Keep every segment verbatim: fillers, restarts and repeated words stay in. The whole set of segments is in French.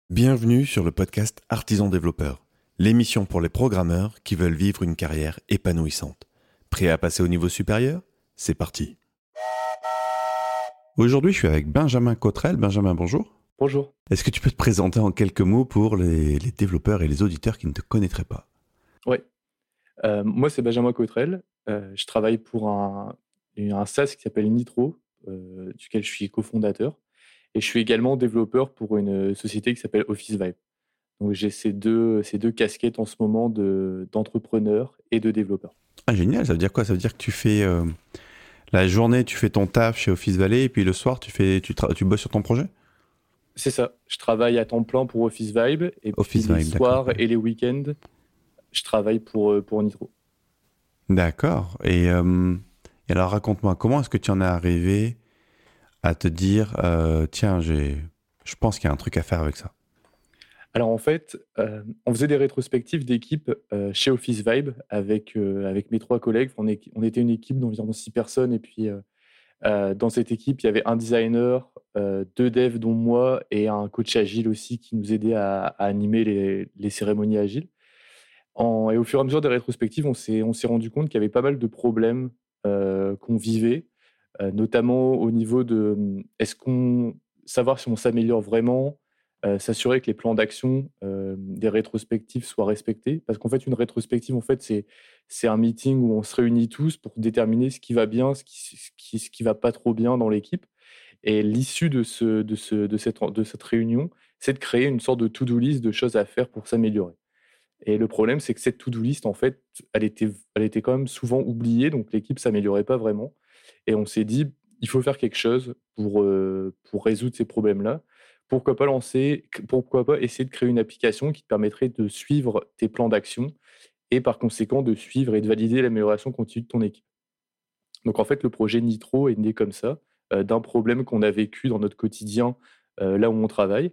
Bienvenue sur le podcast Artisan Développeur, l'émission pour les programmeurs qui veulent vivre une carrière épanouissante. Prêt à passer au niveau supérieur ? C'est parti. Aujourd'hui, je suis avec Benjamin Cottrell. Benjamin, bonjour. Bonjour. Est-ce que tu peux te présenter en quelques mots pour les, les développeurs et les auditeurs qui ne te connaîtraient pas ? Oui. Euh, moi, c'est Benjamin Cottrell. Euh, je travaille pour un, un SaaS qui s'appelle Nitro, euh, duquel je suis cofondateur. Et je suis également développeur pour une société qui s'appelle Office Vibe. Donc, j'ai ces deux, ces deux casquettes en ce moment de, d'entrepreneur et de développeur. Ah, génial, ça veut dire quoi ? Ça veut dire que tu fais... Euh, la journée, tu fais ton taf chez Office Valley et puis le soir, tu, fais, tu, tra- tu bosses sur ton projet ? C'est ça. Je travaille à temps plein pour Office Vibe. Et Office puis les Vibe, soirs d'accord. et les week-ends, je travaille pour, pour Nitro. D'accord. Et, euh, et alors, raconte-moi, comment est-ce que tu en es arrivé à te dire, euh, tiens, j'ai, je pense qu'il y a un truc à faire avec ça. Alors en fait, euh, on faisait des rétrospectives d'équipes euh, chez Office Vibe avec, euh, avec mes trois collègues. On, est, on était une équipe d'environ six personnes et puis euh, euh, dans cette équipe, il y avait un designer, euh, deux devs dont moi et un coach agile aussi qui nous aidait à, à animer les, les cérémonies agiles. En, et au fur et à mesure des rétrospectives, on s'est, on s'est rendu compte qu'il y avait pas mal de problèmes euh, qu'on vivait, euh, notamment au niveau de est-ce qu'on savoir si on s'améliore vraiment, euh, s'assurer que les plans d'action euh, des rétrospectives soient respectés. Parce qu'en fait, une rétrospective, en fait, c'est, c'est un meeting où on se réunit tous pour déterminer ce qui va bien, ce qui ce qui, ce qui va pas trop bien dans l'équipe. Et l'issue de, ce, de, ce, de, cette, de cette réunion, c'est de créer une sorte de to-do list de choses à faire pour s'améliorer. Et le problème, c'est que cette to-do list, en fait, elle était, elle était quand même souvent oubliée, donc l'équipe s'améliorait pas vraiment. Et on s'est dit, il faut faire quelque chose pour, euh, pour résoudre ces problèmes-là. Pourquoi pas lancer, pourquoi pas essayer de créer une application qui te permettrait de suivre tes plans d'action et par conséquent de suivre et de valider l'amélioration continue de ton équipe. Donc en fait, le projet Nitro est né comme ça, euh, d'un problème qu'on a vécu dans notre quotidien euh, là où on travaille.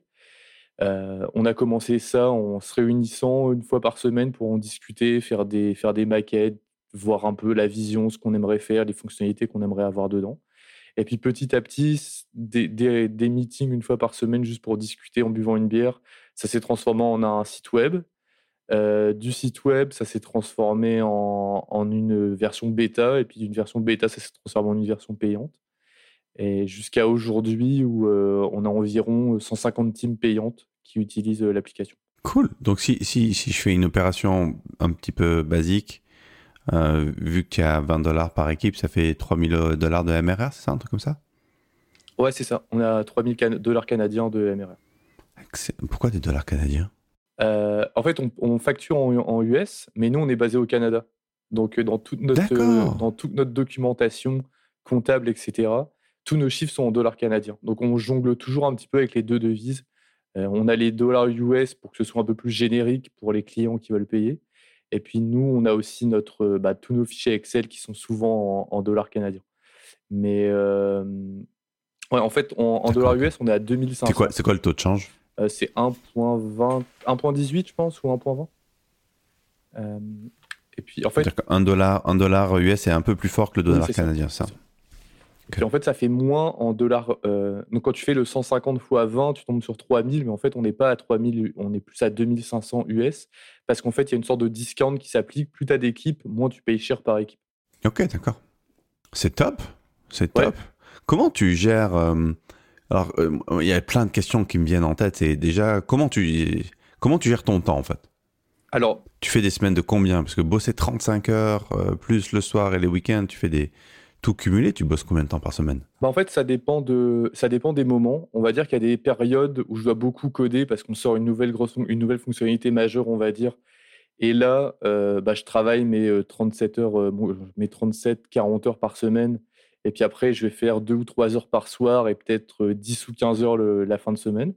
Euh, on a commencé ça en se réunissant une fois par semaine pour en discuter, faire des, faire des maquettes, voir un peu la vision, ce qu'on aimerait faire, les fonctionnalités qu'on aimerait avoir dedans. Et puis petit à petit, s- des, des- des meetings une fois par semaine juste pour discuter en buvant une bière, ça s'est transformé en un site web. Euh, du site web, ça s'est transformé en, en une version bêta, et puis d'une version bêta, ça s'est transformé en une version payante. Et jusqu'à aujourd'hui, où euh, on a environ cent cinquante teams payantes qui utilisent euh, l'application. Cool. Donc, si, si, si je fais une opération un petit peu basique, euh, vu qu'il y a vingt dollars par équipe, ça fait trois mille dollars de M R R, c'est ça, un truc comme ça ? Ouais, c'est ça. On a trois mille dollars canadiens de M R R. Excellent. Pourquoi des dollars canadiens ? Euh, en fait, on, on facture en, en U S, mais nous, on est basé au Canada. Donc, euh, dans toute notre, euh, D'accord. dans toute notre documentation comptable, et cetera, tous nos chiffres sont en dollars canadiens. Donc, on jongle toujours un petit peu avec les deux devises. Euh, on a les dollars U S pour que ce soit un peu plus générique pour les clients qui veulent payer. Et puis, nous, on a aussi notre, euh, bah, tous nos fichiers Excel qui sont souvent en, en dollars canadiens. Mais euh, ouais, en fait, en, en D'accord, dollars ok. U S, on est à C'est quoi, deux mille cinq cents. c'est quoi le taux de change ? Euh, c'est un virgule vingt, un virgule dix-huit, je pense, ou un virgule vingt. Euh, et puis, en fait, C'est-à-dire qu'un dollar, un dollar U S est un peu plus fort que le oui, dollar c'est ça. canadien, C'est ça. ça. Et Ok. puis, en fait, ça fait moins en dollars. euh, donc, quand tu fais le cent cinquante fois vingt, tu tombes sur trois mille, mais en fait, on n'est pas à trois mille, on est plus à deux mille cinq cents U S, parce qu'en fait, il y a une sorte de discount qui s'applique. Plus tu as d'équipes, moins tu payes cher par équipe. Ok, d'accord. C'est top. C'est Ouais. top. Comment tu gères... euh, alors, euh, il y a plein de questions qui me viennent en tête. Et déjà, comment tu, comment tu gères ton temps, en fait ? Alors, Tu fais des semaines de combien ? Parce que bosser trente-cinq heures, euh, plus le soir et les week-ends, tu fais des... Tout cumulé, tu bosses combien de temps par semaine ? bah, en fait, ça dépend de, ça dépend des moments. On va dire qu'il y a des périodes où je dois beaucoup coder parce qu'on sort une nouvelle grosse, une nouvelle fonctionnalité majeure, on va dire. Et là, euh, bah, je travaille mes euh, trente-sept heures, euh, bon, mes trente-sept, quarante heures par semaine. Et puis après, je vais faire deux ou trois heures par soir et peut-être euh, dix ou quinze heures le- la fin de semaine.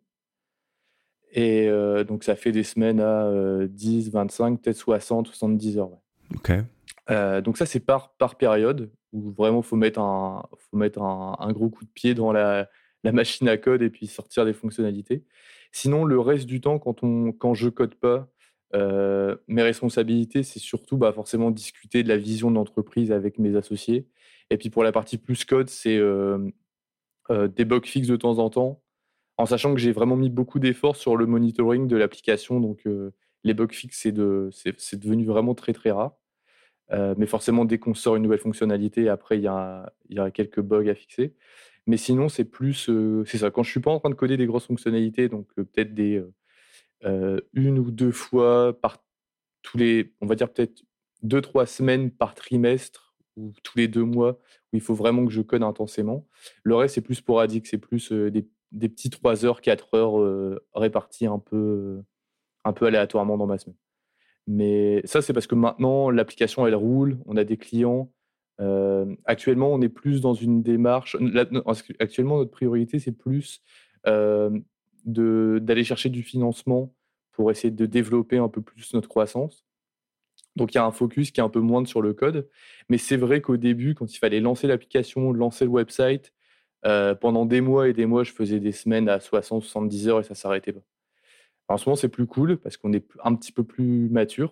Et euh, donc, ça fait des semaines à euh, dix, vingt-cinq, peut-être soixante, soixante-dix heures. Ouais. Ok. Euh, donc ça, c'est par, par période où vraiment, il faut mettre, un, faut mettre un, un gros coup de pied dans la, la machine à code et puis sortir des fonctionnalités. Sinon, le reste du temps, quand, on, quand je code pas, euh, mes responsabilités, c'est surtout bah, forcément discuter de la vision de l'entreprise avec mes associés. Et puis pour la partie plus code, c'est euh, euh, des bugs fixes de temps en temps. en sachant que j'ai vraiment mis beaucoup d'efforts sur le monitoring de l'application. Donc, euh, les bugs fixes, c'est, de, c'est, c'est devenu vraiment très, très rare. Euh, mais forcément, dès qu'on sort une nouvelle fonctionnalité, après, il y a, il y a quelques bugs à fixer. Mais sinon, c'est plus, euh, c'est ça. Quand je suis pas en train de coder des grosses fonctionnalités, donc euh, peut-être des euh, euh, une ou deux fois par tous les, on va dire peut-être deux, trois semaines par trimestre ou tous les deux mois où il faut vraiment que je code intensément. Le reste, c'est plus sporadique, c'est plus euh, des, des petits trois heures, quatre heures euh, répartis un peu, euh, un peu aléatoirement dans ma semaine. Mais ça, c'est parce que maintenant, l'application, elle roule, on a des clients. Euh, actuellement, on est plus dans une démarche. la- Actuellement, notre priorité, c'est plus euh, de, d'aller chercher du financement pour essayer de développer un peu plus notre croissance. Donc, il y a un focus qui est un peu moindre sur le code. Mais c'est vrai qu'au début, quand il fallait lancer l'application, lancer le website, euh, pendant des mois et des mois, je faisais des semaines à soixante, soixante-dix heures et ça s'arrêtait pas. En ce moment, c'est plus cool parce qu'on est un petit peu plus mature.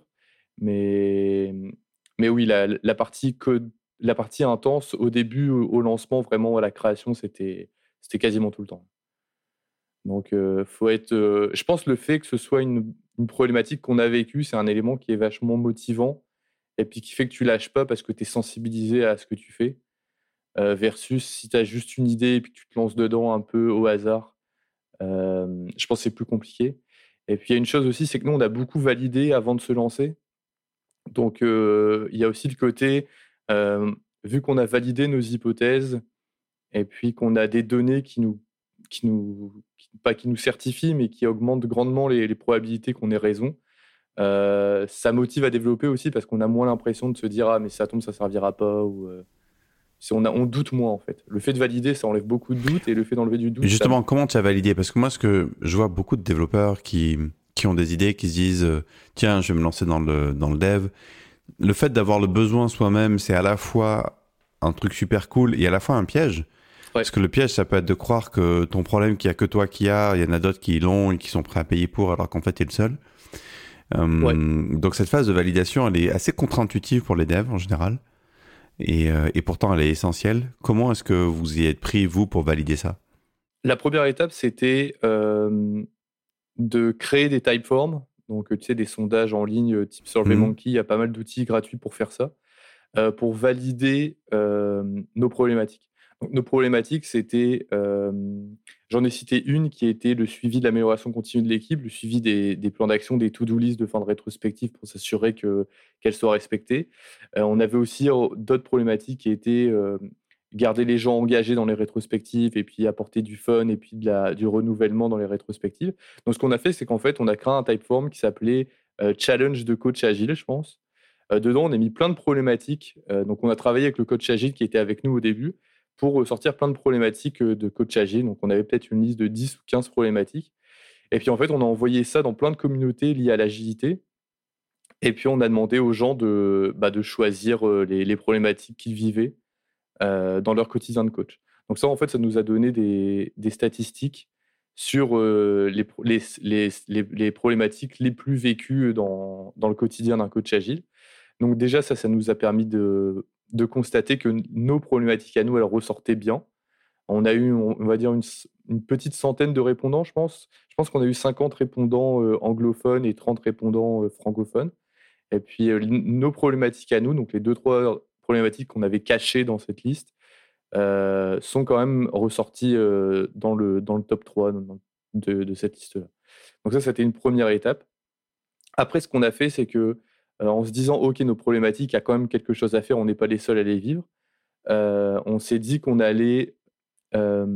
Mais, mais oui, la, la partie code, la partie intense au début, au, au lancement, vraiment à la création, c'était, c'était quasiment tout le temps. Donc, euh, faut être. euh, je pense le fait que ce soit une, une problématique qu'on a vécue, c'est un élément qui est vachement motivant et puis qui fait que tu lâches pas parce que tu es sensibilisé à ce que tu fais. euh, versus si tu as juste une idée et puis que tu te lances dedans un peu au hasard. Euh, je pense que c'est plus compliqué. Et puis il y a une chose aussi, c'est que nous, on a beaucoup validé avant de se lancer. Donc euh, il y a aussi le côté, euh, vu qu'on a validé nos hypothèses et puis qu'on a des données qui nous, qui nous qui- pas qui nous certifient, mais qui augmentent grandement les, les probabilités qu'on ait raison, euh, ça motive à développer aussi parce qu'on a moins l'impression de se dire ah mais si ça tombe, ça servira pas ou euh, si on, a, on doute moins en fait. Le fait de valider, ça enlève beaucoup de doutes et le fait d'enlever du doute, ça. Justement, comment tu as validé? Parce que moi, ce que je vois beaucoup de développeurs qui, qui ont des idées, qui se disent, euh, tiens, je vais me lancer dans le, dans le dev. Le fait d'avoir le besoin soi-même, c'est à la fois un truc super cool et à la fois un piège. Ouais. Parce que le piège, ça peut être de croire que ton problème, qu'il n'y a que toi qui a, il y en a d'autres qui l'ont et qui sont prêts à payer pour, alors qu'en fait, tu es le seul. Euh, Ouais. donc cette phase de validation, elle est assez contre-intuitive pour les devs en général. Et, euh, et pourtant, elle est essentielle. Comment est-ce que vous y êtes pris, vous, pour valider ça? La première étape, c'était euh, de créer des typeforms. Donc, euh, tu sais, des sondages en ligne euh, type Mhm. SurveyMonkey. Il y a pas mal d'outils gratuits pour faire ça, euh, pour valider euh, nos problématiques. Donc, nos problématiques, c'était, euh, j'en ai cité une qui était le suivi de l'amélioration continue de l'équipe, le suivi des, des plans d'action, des to-do list de fin de rétrospective pour s'assurer que, qu'elles soient respectées. Euh, on avait aussi euh, d'autres problématiques qui étaient euh, garder les gens engagés dans les rétrospectives et puis apporter du fun et puis de la, du renouvellement dans les rétrospectives. Donc, ce qu'on a fait, c'est qu'en fait, on a créé un typeform qui s'appelait euh, Challenge de coach agile, je pense. Euh, dedans, on a mis plein de problématiques. Euh, donc, on a travaillé avec le coach agile qui était avec nous au début pour euh, sortir plein de problématiques euh, de coach agile. Donc, on avait peut-être une liste de dix ou quinze problématiques. Et puis, en fait, on a envoyé ça dans plein de communautés liées à l'agilité. Et puis, on a demandé aux gens de, bah, de choisir euh, les, les problématiques qu'ils vivaient euh, dans leur quotidien de coach. Donc, ça, en fait, ça nous a donné des, des statistiques sur euh, les, les, les, les, les problématiques les plus vécues dans, dans le quotidien d'un coach agile. Donc déjà, ça, ça nous a permis de, de constater que nos problématiques à nous, elles ressortaient bien. On a eu, on va dire, une, une petite centaine de répondants, je pense. Je pense qu'on a eu cinquante répondants euh, anglophones et trente répondants euh, francophones. Et puis, euh, nos problématiques à nous, donc les deux, trois problématiques qu'on avait cachées dans cette liste, euh, sont quand même ressorties euh, dans, le, dans le top trois dans- de, de cette liste-là. Donc ça, c'était une première étape. Après, ce qu'on a fait, c'est que, euh, en se disant, OK, nos problématiques, il y a quand même quelque chose à faire, on n'est pas les seuls à les vivre, euh, on s'est dit qu'on allait euh,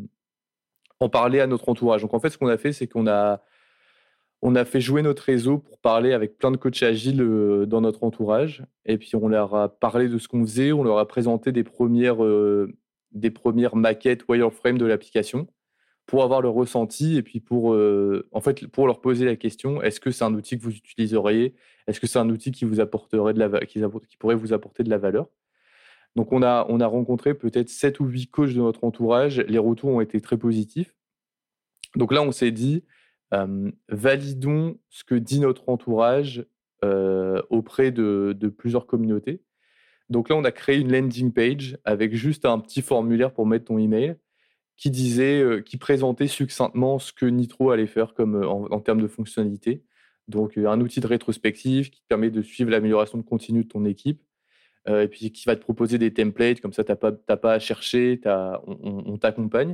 en parler à notre entourage. Donc, en fait, ce qu'on a fait, c'est qu'on a, on a fait jouer notre réseau pour parler avec plein de coachs agiles euh, dans notre entourage. Et puis, on leur a parlé de ce qu'on faisait, on leur a présenté des premières, euh, des premières maquettes wireframe de l'application pour avoir leur ressenti et puis pour, euh, en fait, pour leur poser la question, est-ce que c'est un outil que vous utiliseriez? Est-ce que c'est un outil qui vous apporterait de la, va- qui, apport- qui pourrait vous apporter de la valeur? Donc, on a, on a rencontré peut-être sept ou huit coachs de notre entourage. Les retours ont été très positifs. Donc là, on s'est dit, euh, validons ce que dit notre entourage euh, auprès de, de plusieurs communautés. Donc là, on a créé une landing page avec juste un petit formulaire pour mettre ton email qui disait, euh, qui présentait succinctement ce que Nitro allait faire comme, euh, en, en termes de fonctionnalité. Donc, euh, un outil de rétrospective qui te permet de suivre l'amélioration de continu de ton équipe, euh, et puis qui va te proposer des templates, comme ça, tu n'as pas, t'as pas à chercher, t'as- on, on- on t'accompagne.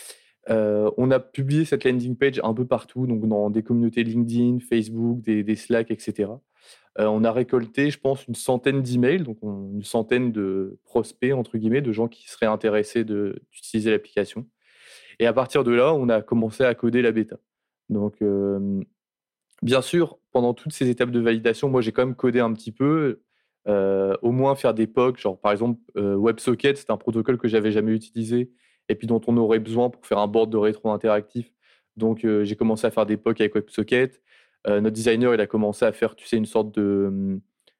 Euh, on a publié cette landing page un peu partout, donc dans des communautés LinkedIn, Facebook, des, des Slack, et cetera. Euh, on a récolté, je pense, une centaine d'emails, donc on- une centaine de prospects, entre guillemets, de gens qui seraient intéressés de- d'utiliser l'application. Et à partir de là, on a commencé à coder la bêta. Donc, euh, bien sûr, pendant toutes ces étapes de validation, moi, j'ai quand même codé un petit peu, euh, au moins faire des P O C, genre par exemple, euh, WebSocket, c'est un protocole que j'avais jamais utilisé et puis dont on aurait besoin pour faire un board de rétro interactif. Donc, euh, j'ai commencé à faire des P O C avec WebSocket. Euh, notre designer, il a commencé à faire, tu sais, une sorte de,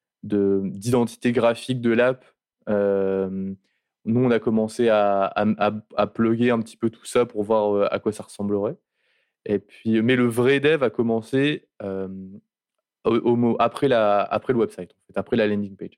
de- d'identité graphique de l'app. Euh, Nous, on a commencé à, à, à, à plugger un petit peu tout ça pour voir euh, à quoi ça ressemblerait. Et puis, mais le vrai dev a commencé euh, au, au mo- après, la, après le website, en fait, après la landing page.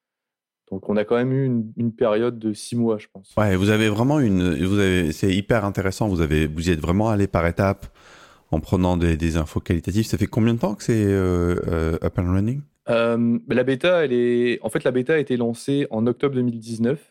Donc, on a quand même eu une, une période de six mois, je pense. Ouais, vous avez vraiment une, vous avez, c'est hyper intéressant. Vous avez, vous y êtes vraiment allé par étapes en prenant des, des infos qualitatives. Ça fait combien de temps que c'est euh, euh, up and running? Euh, la bêta, elle est, en fait, la bêta a été lancée en octobre deux mille dix-neuf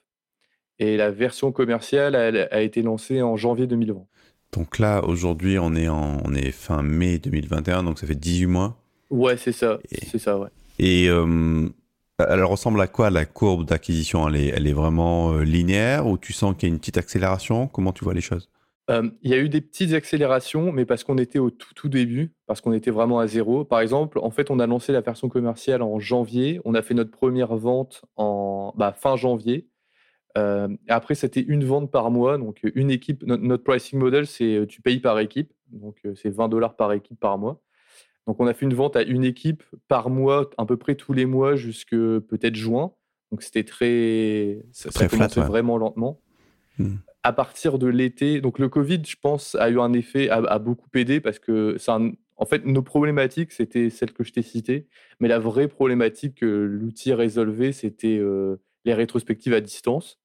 et la version commerciale elle, a été lancée en janvier deux mille vingt. Donc là, aujourd'hui, on est en, on est fin mai deux mille vingt et un, donc ça fait dix-huit mois. Ouais, c'est ça, Et, c'est ça, ouais. et euh, elle ressemble à quoi la courbe d'acquisition? Elle est, elle est vraiment euh, linéaire ou tu sens qu'il y a une petite accélération? Comment tu vois les choses? Euh, Il y a eu des petites accélérations, mais parce qu'on était au tout, tout début, parce qu'on était vraiment à zéro. Par exemple, en fait, on a lancé la version commerciale en janvier. On a fait notre première vente en bah, fin janvier. Euh, et après, c'était une vente par mois. Donc, euh, une équipe, no- notre pricing model, c'est euh, tu payes par équipe. Donc, euh, c'est vingt dollars par équipe par mois. Donc, on a fait une vente à une équipe par mois, à peu près tous les mois, jusque peut-être juin. Donc, c'était très. Ça, ça Très flat, commençait ouais. vraiment lentement. Hmm. À partir de l'été, donc le Covid, je pense, a eu un effet, a, a beaucoup aidé parce que ça, en fait, nos problématiques, c'était celles que je t'ai citées, mais la vraie problématique que l'outil résolvait, c'était euh, les rétrospectives à distance.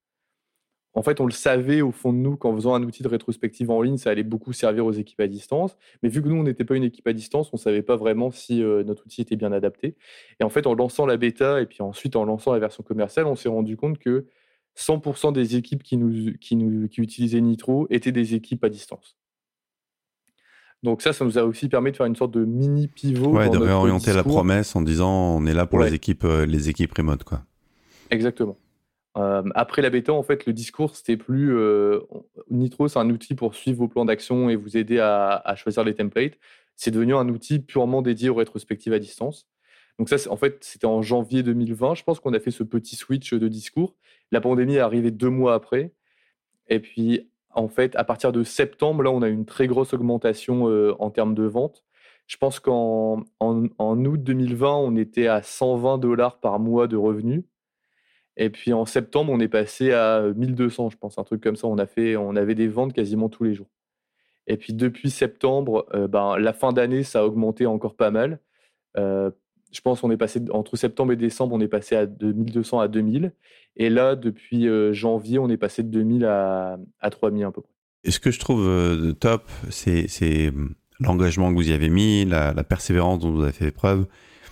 En fait, on le savait au fond de nous qu'en faisant un outil de rétrospective en ligne, ça allait beaucoup servir aux équipes à distance. Mais vu que nous, on n'était pas une équipe à distance, on ne savait pas vraiment si euh, notre outil était bien adapté. Et en fait, en lançant la bêta et puis ensuite en lançant la version commerciale, on s'est rendu compte que cent pour cent des équipes qui, nous, qui, nous, qui utilisaient Nitro étaient des équipes à distance. Donc ça, ça nous a aussi permis de faire une sorte de mini pivot Ouais, dans de notre réorienter la discours. promesse en disant on est là pour les Ouais, équipes, euh, les équipes remote, quoi. exactement. Euh, après la bêta, en fait, le discours, c'était plus euh, Nitro, c'est un outil pour suivre vos plans d'action et vous aider à, à choisir les templates. C'est devenu un outil purement dédié aux rétrospectives à distance. Donc ça, c'est- en fait, c'était en janvier deux mille vingt. Je pense qu'on a fait ce petit switch de discours. La pandémie est arrivée deux mois après. Et puis, en fait, à partir de septembre, là, on a eu une très grosse augmentation euh, en termes de vente. Je pense qu'en en, en août deux mille vingt, on était à cent vingt dollars par mois de revenus. Et puis en septembre, on est passé à mille deux cents, je pense, un truc comme ça. On a fait, on avait des ventes quasiment tous les jours. Et puis depuis septembre, euh, ben, la fin d'année, ça a augmenté encore pas mal. Euh, je pense qu'on est passé entre septembre et décembre, on est passé à de mille deux cents à deux mille. Et là, depuis euh, janvier, on est passé de deux mille à, à trois mille à peu près. Et ce que je trouve euh, top, c'est c'est, hum, l'engagement que vous y avez mis, la, la persévérance dont vous avez fait preuve.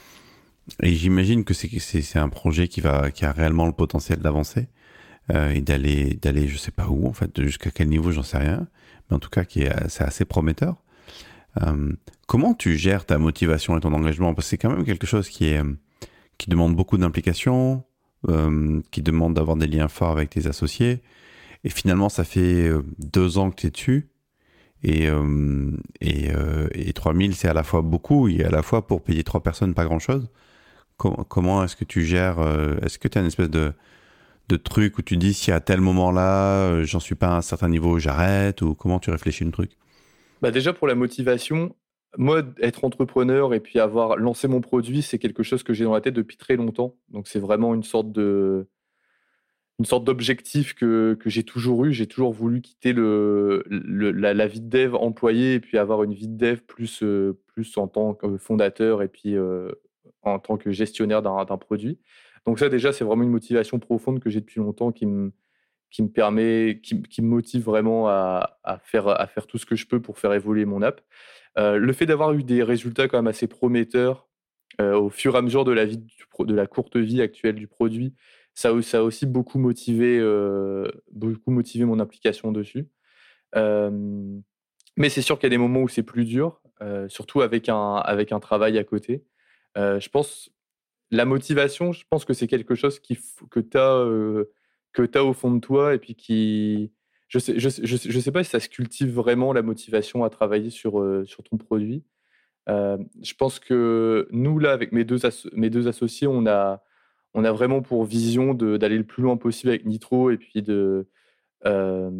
Et j'imagine que c'est c'est c'est un projet qui va qui a réellement le potentiel d'avancer euh, et d'aller d'aller je sais pas où en fait, jusqu'à quel niveau, j'en sais rien, mais en tout cas qui est c'est assez prometteur. Euh, Comment tu gères ta motivation et ton engagement? Parce que c'est quand même quelque chose qui est qui demande beaucoup d'implication, euh, qui demande d'avoir des liens forts avec tes associés. Et finalement, ça fait euh, deux ans que tu es dessus. Et, euh, et, euh, et trois mille, c'est à la fois beaucoup et à la fois pour payer trois personnes, pas grand-chose. Com- comment est-ce que tu gères euh, Est-ce que tu as une espèce de, de truc où tu dis si à tel moment-là, euh, j'en suis pas à un certain niveau, j'arrête? Ou comment tu réfléchis le truc? Bah déjà pour la motivation, moi, être entrepreneur et puis avoir lancé mon produit, c'est quelque chose que j'ai dans la tête depuis très longtemps. Donc c'est vraiment une sorte de, une sorte d'objectif que, que j'ai toujours eu. J'ai toujours voulu quitter le, le- la, la vie de dev employé et puis avoir une vie de dev plus, euh, plus en tant que fondateur et puis euh, en tant que gestionnaire d'un d'un produit. Donc ça, déjà, c'est vraiment une motivation profonde que j'ai depuis longtemps qui me, qui me permet, qui, qui me motive vraiment à, à faire, à faire tout ce que je peux pour faire évoluer mon app. Euh, le fait d'avoir eu des résultats quand même assez prometteurs euh, au fur et à mesure de la vie du pro- de la courte vie actuelle du produit, ça, a- ça a aussi beaucoup motivé, euh, beaucoup motivé mon implication dessus. Euh, mais c'est sûr qu'il y a des moments où c'est plus dur, euh, surtout avec un, avec un travail à côté. Euh, je pense la motivation, je pense que c'est quelque chose qui, f- que tu as, que tu au fond de toi et puis qui. Je sais, je sais, je sais, je sais pas si ça se cultive vraiment la motivation à travailler sur, euh, sur ton produit. Euh, je pense que nous, là, avec mes deux, asso- mes deux associés, on a, on a vraiment pour vision de- d'aller le plus loin possible avec Nitro et puis de, euh,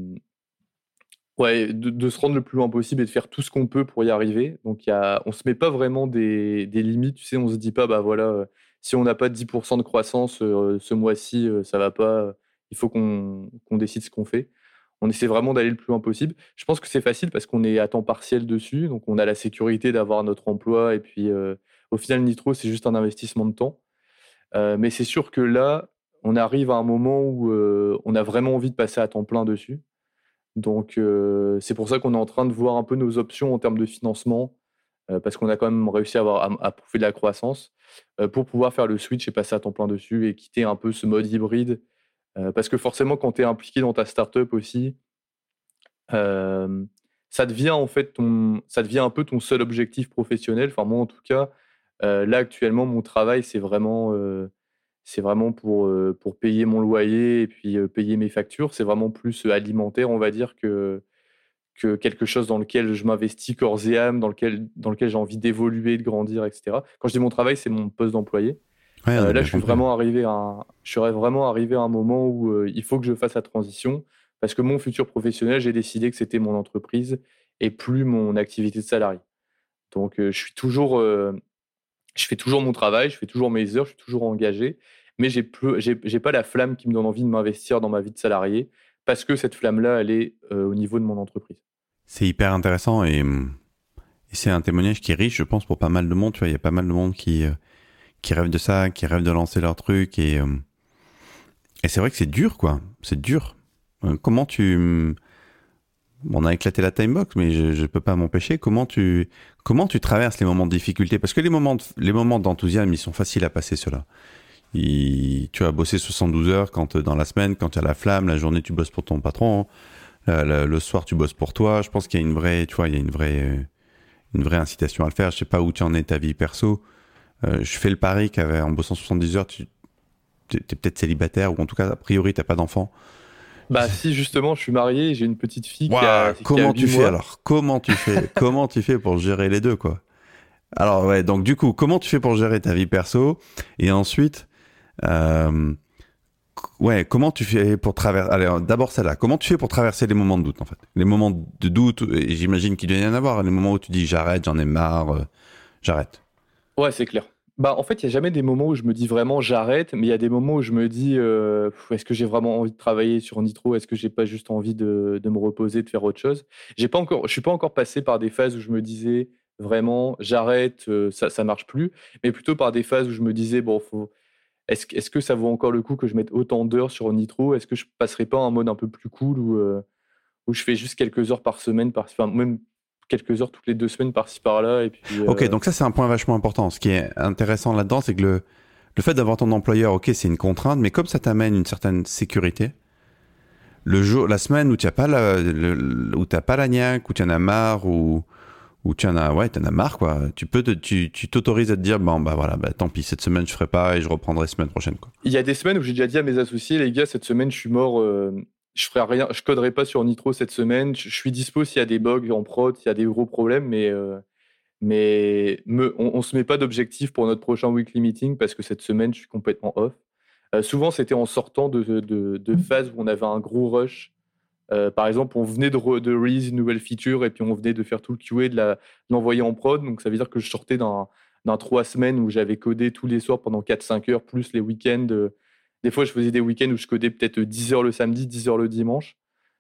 ouais, de, de se rendre le plus loin possible et de faire tout ce qu'on peut pour y arriver. Donc, il y a, on se met pas vraiment des, des limites. Tu sais, on se dit pas, bah voilà, euh, si on n'a pas dix pour cent de croissance euh, ce mois-ci, euh, ça va pas. euh, Il faut qu'on qu'on décide ce qu'on fait. On essaie vraiment d'aller le plus loin possible. Je pense que c'est facile parce qu'on est à temps partiel dessus. Donc, on a la sécurité d'avoir notre emploi. Et puis, euh, au final, Nitro, c'est juste un investissement de temps. Euh, mais c'est sûr que là, on arrive à un moment où euh, on a vraiment envie de passer à temps plein dessus. Donc, euh, c'est pour ça qu'on est en train de voir un peu nos options en termes de financement, euh, parce qu'on a quand même réussi à, avoir, à, à prouver de la croissance, euh, pour pouvoir faire le switch et passer à temps plein dessus et quitter un peu ce mode hybride. Euh, parce que forcément, quand tu es impliqué dans ta startup aussi, euh, ça devient en fait ton, ça devient un peu ton seul objectif professionnel. Enfin, moi, en tout cas, euh, là, actuellement, mon travail, c'est vraiment, euh, c'est vraiment pour, euh, pour payer mon loyer et puis euh, payer mes factures. C'est vraiment plus euh, alimentaire, on va dire, que que quelque chose dans lequel je m'investis corps et âme, dans lequel, dans lequel j'ai envie d'évoluer, de grandir, et cetera. Quand je dis mon travail, c'est mon poste d'employé. Ouais, on Euh, a là, bien je suis compris. vraiment arrivé à un, je serais vraiment arrivé à un moment où euh, il faut que je fasse la transition parce que mon futur professionnel, j'ai décidé que c'était mon entreprise et plus mon activité de salarié. Donc, euh, je suis toujours, euh, je fais toujours mon travail, je fais toujours mes heures, je suis toujours engagé, mais j'ai plus, j'ai, j'ai pas la flamme qui me donne envie de m'investir dans ma vie de salarié parce que cette flamme-là, elle est euh, au niveau de mon entreprise. C'est hyper intéressant et, hum, et c'est un témoignage qui est riche, je pense, pour pas mal de monde. Tu vois, il y a pas mal de monde qui, euh, qui rêve de ça, qui rêve de lancer leur truc et, hum, et c'est vrai que c'est dur, quoi. C'est dur. Euh, comment tu, hum, on a éclaté la timebox, mais je, je peux pas m'empêcher. Comment tu, comment tu traverses les moments de difficulté? Parce que les moments, de- les moments d'enthousiasme, ils sont faciles à passer, ceux-là. Ils- tu as bossé soixante-douze heures quand euh, dans la semaine, quand tu as la flamme, la journée tu bosses pour ton patron, euh, le, le soir tu bosses pour toi. Je pense qu'il y a une vraie, tu vois, il y a une vraie, euh, une vraie incitation à le faire. Je sais pas où tu en es ta vie perso. Euh, je fais le pari qu'en bossant soixante-dix heures, tu es peut-être célibataire ou en tout cas a priori t'as pas d'enfant. Bah si, justement, je suis marié, j'ai une petite fille qui a, Waouh, qui a comment huit tu fais mois. alors? Comment tu fais? Comment tu fais pour gérer les deux, quoi? Alors ouais, donc du coup, comment tu fais pour gérer ta vie perso? Et ensuite, euh, ouais, comment tu fais pour traverser... Allez, d'abord celle-là. Comment tu fais pour traverser les moments de doute, en fait? Les moments de doute, et j'imagine qu'il doit y en avoir, les moments où tu dis j'arrête, j'en ai marre, euh, j'arrête. Ouais, c'est clair. Bah en fait, il y a jamais des moments où je me dis vraiment j'arrête, mais il y a des moments où je me dis euh, Pff, est-ce que j'ai vraiment envie de travailler sur Nitro? Est-ce que j'ai pas juste envie de, de me reposer, de faire autre chose? J'ai pas encore, je suis pas encore passé par des phases où je me disais vraiment j'arrête, euh, ça ça marche plus, mais plutôt par des phases où je me disais bon faut est-ce que- est-ce que ça vaut encore le coup que je mette autant d'heures sur Nitro? Est-ce que je passerai pas en mode un peu plus cool où euh, où je fais juste quelques heures par semaine, par, enfin, même quelques heures toutes les deux semaines par-ci par-là, et puis Ok, euh, donc ça c'est un point vachement important. Ce qui est intéressant là-dedans, c'est que le, le fait d'avoir ton employeur, ok, c'est une contrainte, mais comme ça t'amène une certaine sécurité, le jour, la semaine où tu n'as pas la, le- où t'as pas la niaque, où tu en as marre, ou où tu en as, ouais, t'en as marre, quoi. Tu peux, te, tu, tu t'autorises à te dire, bon, bah voilà, bah tant pis, cette semaine je ferai pas et je reprendrai semaine prochaine, quoi. il y a des semaines où j'ai déjà dit à mes associés, les gars, cette semaine, je suis mort, euh, je ferai rien, je coderai pas sur Nitro cette semaine. Je, je suis dispo s'il y a des bugs en prod, s'il y a des gros problèmes, mais, euh, mais me, on, on se met pas d'objectif pour notre prochain weekly meeting parce que cette semaine, je suis complètement off. Euh, souvent, c'était en sortant de, de, de phases où on avait un gros rush. Euh, par exemple, on venait de, re- de release une nouvelle feature et puis on venait de faire tout le Q A, de la- de l'envoyer en prod. Donc, ça veut dire que je sortais d'un, d'un trois semaines où j'avais codé tous les soirs pendant quatre cinq heures, plus les week-ends. euh. Des fois, je faisais des week-ends où je codais peut-être dix heures le samedi, dix heures le dimanche.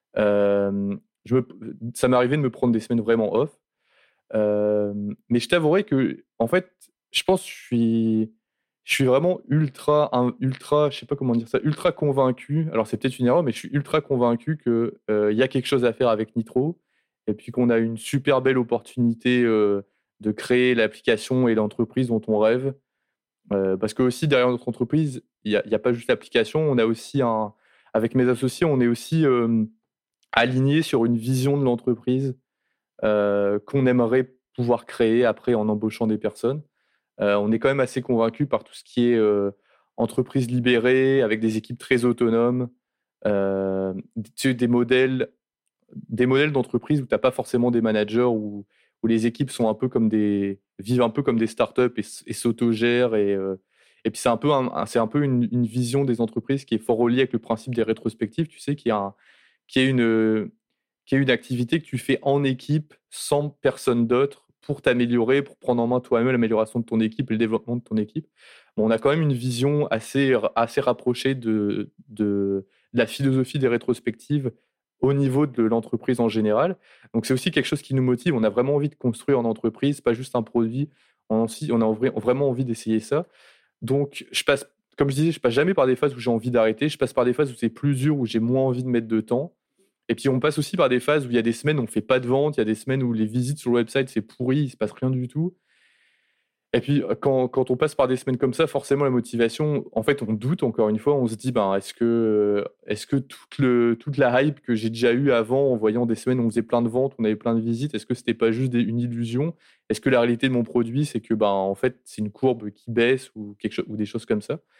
Euh, je me- Ça m'est arrivé de me prendre des semaines vraiment off. Euh, mais je t'avouerai que, en fait, je pense que je suis, je suis vraiment ultra, un, ultra, je sais pas comment dire ça, ultra convaincu. Alors c'est peut-être une erreur, mais je suis ultra convaincu que euh, il y a quelque chose à faire avec Nitro, et puis qu'on a une super belle opportunité euh, de créer l'application et l'entreprise dont on rêve. Euh, parce que aussi derrière notre entreprise, il n'y a, il y a pas juste l'application, on a aussi un, avec mes associés, on est aussi euh, alignés sur une vision de l'entreprise euh, qu'on aimerait pouvoir créer après en embauchant des personnes. Euh, on est quand même assez convaincu par tout ce qui est euh, entreprise libérée, avec des équipes très autonomes, euh, tu sais, des modèles, des modèles d'entreprise où tu n'as pas forcément des managers, où, où les équipes sont un peu comme des, vivent un peu comme des startups et, s- et s'autogèrent. Et, euh, et puis c'est un peu, un- un- c'est un peu une, une vision des entreprises qui est fort reliée avec le principe des rétrospectives, tu sais, qui est, un, qui est une, qui est une activité que tu fais en équipe, sans personne d'autre, pour t'améliorer, pour prendre en main toi-même l'amélioration de ton équipe et le développement de ton équipe. Bon, on a quand même une vision assez, assez rapprochée de, de, de la philosophie des rétrospectives au niveau de l'entreprise en général. Donc c'est aussi quelque chose qui nous motive. On a vraiment envie de construire en entreprise, pas juste un produit. On a, aussi, on a vraiment envie d'essayer ça. Donc je passe, comme je disais, je passe jamais par des phases où j'ai envie d'arrêter. Je passe par des phases où c'est plus dur, où j'ai moins envie de mettre de temps. Et puis on passe aussi par des phases où il y a des semaines où on fait pas de vente, il y a des semaines où les visites sur le website c'est pourri, il se passe rien du tout. Et puis euh, quand, quand on passe par des semaines comme ça, forcément la motivation, en fait on doute encore une fois, on se dit ben est-ce que euh, est-ce que toute le toute la hype que j'ai déjà eue avant en voyant des semaines où on faisait plein de ventes, on avait plein de visites, est-ce que c'était pas juste des- une illusion? Est-ce que la réalité de mon produit c'est que ben en fait c'est une courbe qui baisse ou quelque chose ou des choses comme ça?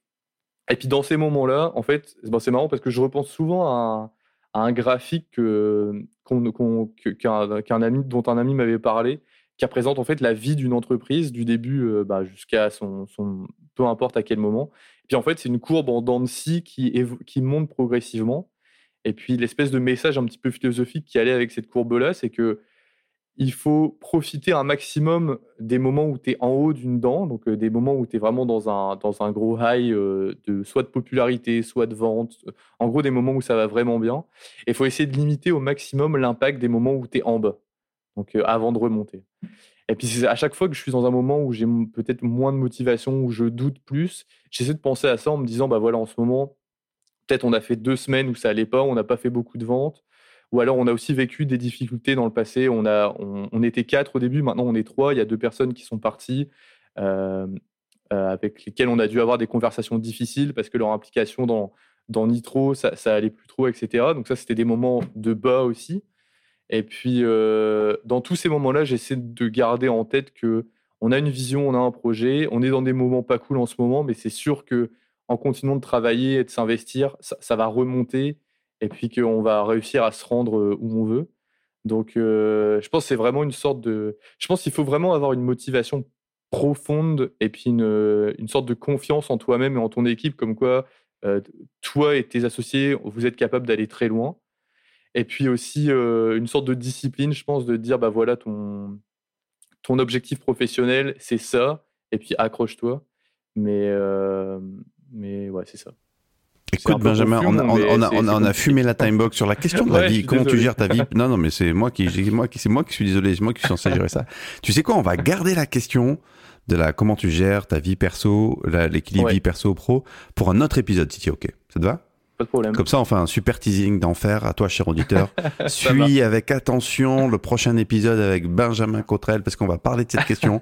Et puis dans ces moments-là, en fait, ben, c'est marrant parce que je repense souvent à un, à un graphique que, qu'on, qu'on- que- qu'un, qu'un ami, dont un ami m'avait parlé, qui représente en fait la vie d'une entreprise du début euh, bah, jusqu'à son, son, peu importe à quel moment. Et puis en fait, c'est une courbe en dents de scie qui, évo- qui monte progressivement. Et puis l'espèce de message un petit peu philosophique qui allait avec cette courbe-là, c'est que il faut profiter un maximum des moments où tu es en haut d'une dent, donc euh, des moments où tu es vraiment dans un, dans un gros high euh, de soit de popularité, soit de vente, euh, en gros des moments où ça va vraiment bien. Et il faut essayer de limiter au maximum l'impact des moments où tu es en bas, donc euh, avant de remonter. Et puis c'est à chaque fois que je suis dans un moment où j'ai m- peut-être moins de motivation, où je doute plus, j'essaie de penser à ça en me disant, bah voilà, en ce moment, peut-être on a fait deux semaines où ça allait pas, on n'a pas fait beaucoup de ventes. Ou alors on a aussi vécu des difficultés dans le passé. On, a, on, on était quatre au début, maintenant on est trois. Il y a deux personnes qui sont parties, euh, euh, avec lesquelles on a dû avoir des conversations difficiles parce que leur implication dans, dans Nitro, ça, ça allait plus trop, et cetera. Donc ça, c'était des moments de bas aussi. Et puis, euh, dans tous ces moments-là, j'essaie de garder en tête que on a une vision, on a un projet, on est dans des moments pas cool en ce moment, mais c'est sûr que en continuant de travailler et de s'investir, ça, ça va remonter et puis qu'on va réussir à se rendre euh, où on veut. Donc, euh, je pense que c'est vraiment une sorte de. Je pense qu'il faut vraiment avoir une motivation profonde et puis une, une sorte de confiance en toi-même et en ton équipe, comme quoi euh, toi et tes associés, vous êtes capables d'aller très loin. Et puis aussi euh, une sorte de discipline, je pense, de dire bah voilà, ton, ton objectif professionnel, c'est ça, et puis accroche-toi. Mais, euh, mais ouais, c'est ça. C'est un Écoute peu Benjamin, confus, on a, on, mais on a, c'est on a, c'est on a compliqué. fumé la timebox sur la question de la Ouais, je vie. suis Comment tu désolé. gères ta vie? Non, non, mais c'est moi qui, c'est moi qui, c'est moi qui suis désolé, c'est moi qui suis censé gérer ça. Tu sais quoi? On va garder la question de la comment tu gères ta vie perso, la- l'équilibre Ouais, vie perso pro pour un autre épisode, si tu es ok. Ça te va? pas de problème. Comme ça, on fait un super teasing d'enfer à toi, cher auditeur. Ça Suis marche. avec attention le prochain épisode avec Benjamin Cottrell parce qu'on va parler de cette question.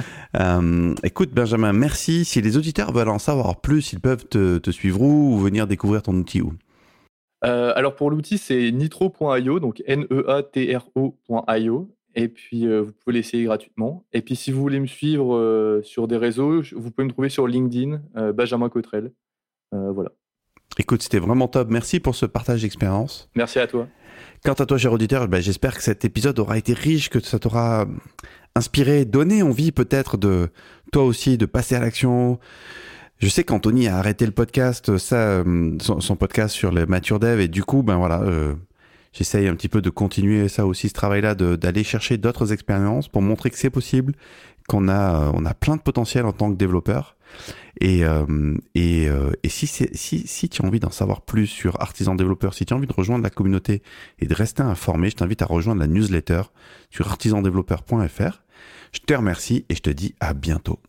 Euh, écoute, Benjamin, merci. Si les auditeurs veulent en savoir plus, ils peuvent te, te suivre où ou venir découvrir ton outil où? Euh, alors pour l'outil, c'est nitro point i o, donc N E A T R O point i o. Et puis euh, vous pouvez l'essayer gratuitement. Et puis si vous voulez me suivre euh, sur des réseaux, je- vous pouvez me trouver sur LinkedIn, euh, Benjamin Cottrell. Euh, voilà. Écoute, c'était vraiment top. Merci pour ce partage d'expérience. Merci à toi. Quant à toi, cher auditeur, ben, j'espère que cet épisode aura été riche, que ça t'aura inspiré, donné envie peut-être de toi aussi de passer à l'action. Je sais qu'Anthony a arrêté le podcast, ça, euh, son, son podcast sur le Mature Dev, et du coup, ben voilà, euh, j'essaye un petit peu de continuer ça aussi, ce travail-là, de, d'aller chercher d'autres expériences pour montrer que c'est possible, qu'on a, euh, on a plein de potentiel en tant que développeur. Et, euh, et, euh, et si, c'est, si, si tu as envie d'en savoir plus sur Artisan Développeur, si tu as envie de rejoindre la communauté et de rester informé, je t'invite à rejoindre la newsletter sur artisan développeur point f r. Je te remercie et je te dis à bientôt.